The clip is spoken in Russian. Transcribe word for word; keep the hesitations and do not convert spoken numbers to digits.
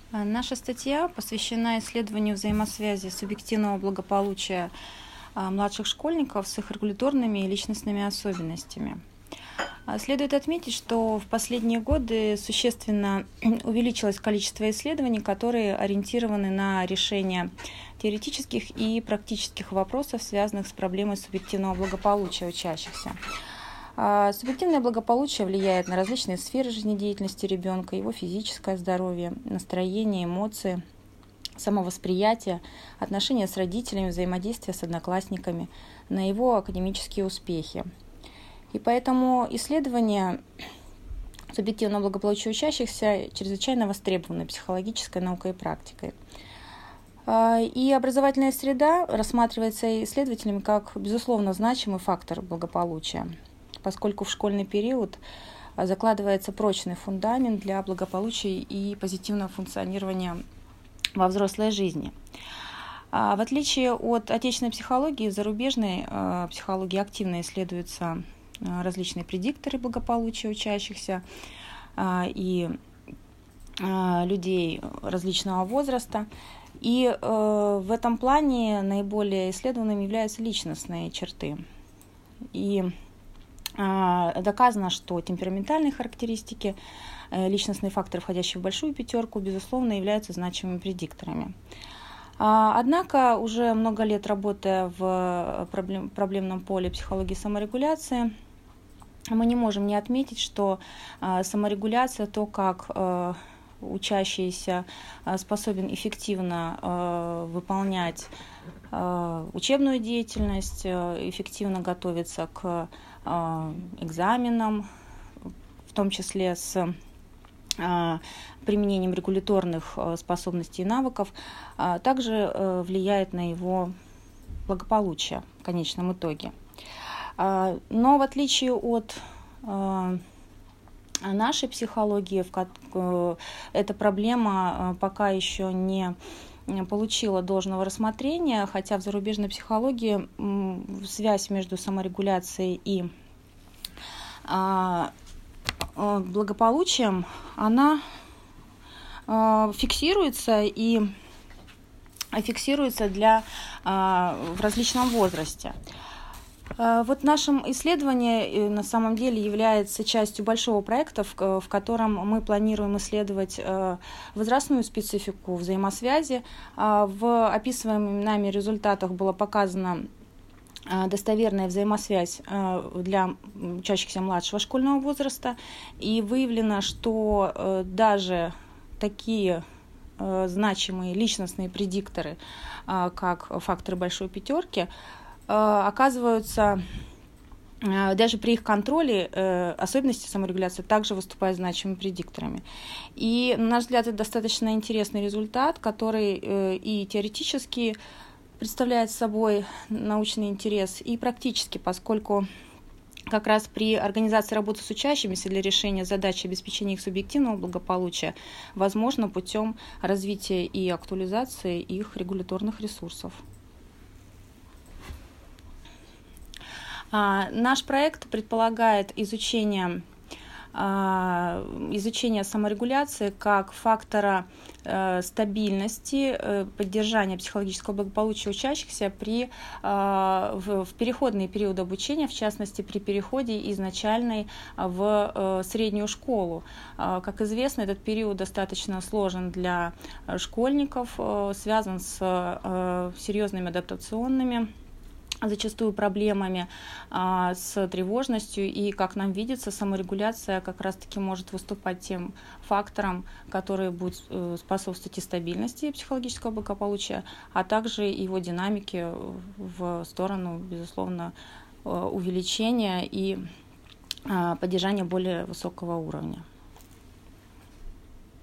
А, Наша статья посвящена исследованию взаимосвязи субъективного благополучия а, младших школьников с их регуляторными и личностными особенностями. А, Следует отметить, что в последние годы существенно увеличилось количество исследований, которые ориентированы на решение теоретических и практических вопросов, связанных с проблемой субъективного благополучия учащихся. А, Субъективное благополучие влияет на различные сферы жизнедеятельности ребенка, его физическое здоровье, настроение, эмоции, самовосприятие, отношения с родителями, взаимодействие с одноклассниками, на его академические успехи. И поэтому исследования субъективного благополучия учащихся чрезвычайно востребованы психологической наукой и практикой. И образовательная среда рассматривается исследователями как, безусловно, значимый фактор благополучия, поскольку в школьный период закладывается прочный фундамент для благополучия и позитивного функционирования во взрослой жизни. В отличие от отечественной психологии, в зарубежной психологии активно исследуются различные предикторы благополучия учащихся и людей различного возраста. И в этом плане наиболее исследованными являются личностные черты. И доказано, что темпераментальные характеристики, личностные факторы, входящие в большую пятерку, безусловно, являются значимыми предикторами. Однако, уже много лет работая в проблем, проблемном поле психологии саморегуляции, мы не можем не отметить, что саморегуляция, то, как учащийся способен эффективно выполнять учебную деятельность, эффективно готовиться к экзаменам, в том числе с применением регуляторных способностей и навыков, также влияет на его благополучие в конечном итоге. Но в отличие от нашей психологии, эта проблема пока еще не получила должного рассмотрения, хотя в зарубежной психологии связь между саморегуляцией и благополучием, она фиксируется и фиксируется для, в различном возрасте. Вот наше исследование на самом деле является частью большого проекта, в котором мы планируем исследовать возрастную специфику взаимосвязи. В описываемых нами результатах была показана достоверная взаимосвязь для учащихся младшего школьного возраста, и выявлено, что даже такие значимые личностные предикторы, как факторы большой пятерки, оказываются, даже при их контроле, особенности саморегуляции также выступают значимыми предикторами. И, на наш взгляд, это достаточно интересный результат, который и теоретически представляет собой научный интерес, и практически, поскольку как раз при организации работы с учащимися для решения задачи обеспечения их субъективного благополучия возможно путем развития и актуализации их регуляторных ресурсов. Наш проект предполагает изучение, изучение саморегуляции как фактора стабильности, поддержания психологического благополучия учащихся при, в, в переходные периоды обучения, в частности, при переходе из начальной в среднюю школу. Как известно, этот период достаточно сложен для школьников, связан с серьезными адаптационными зачастую проблемами, а, с тревожностью, и, как нам видится, саморегуляция как раз-таки может выступать тем фактором, который будет способствовать и стабильности психологического благополучия, а также его динамике в сторону, безусловно, увеличения и а, поддержания более высокого уровня.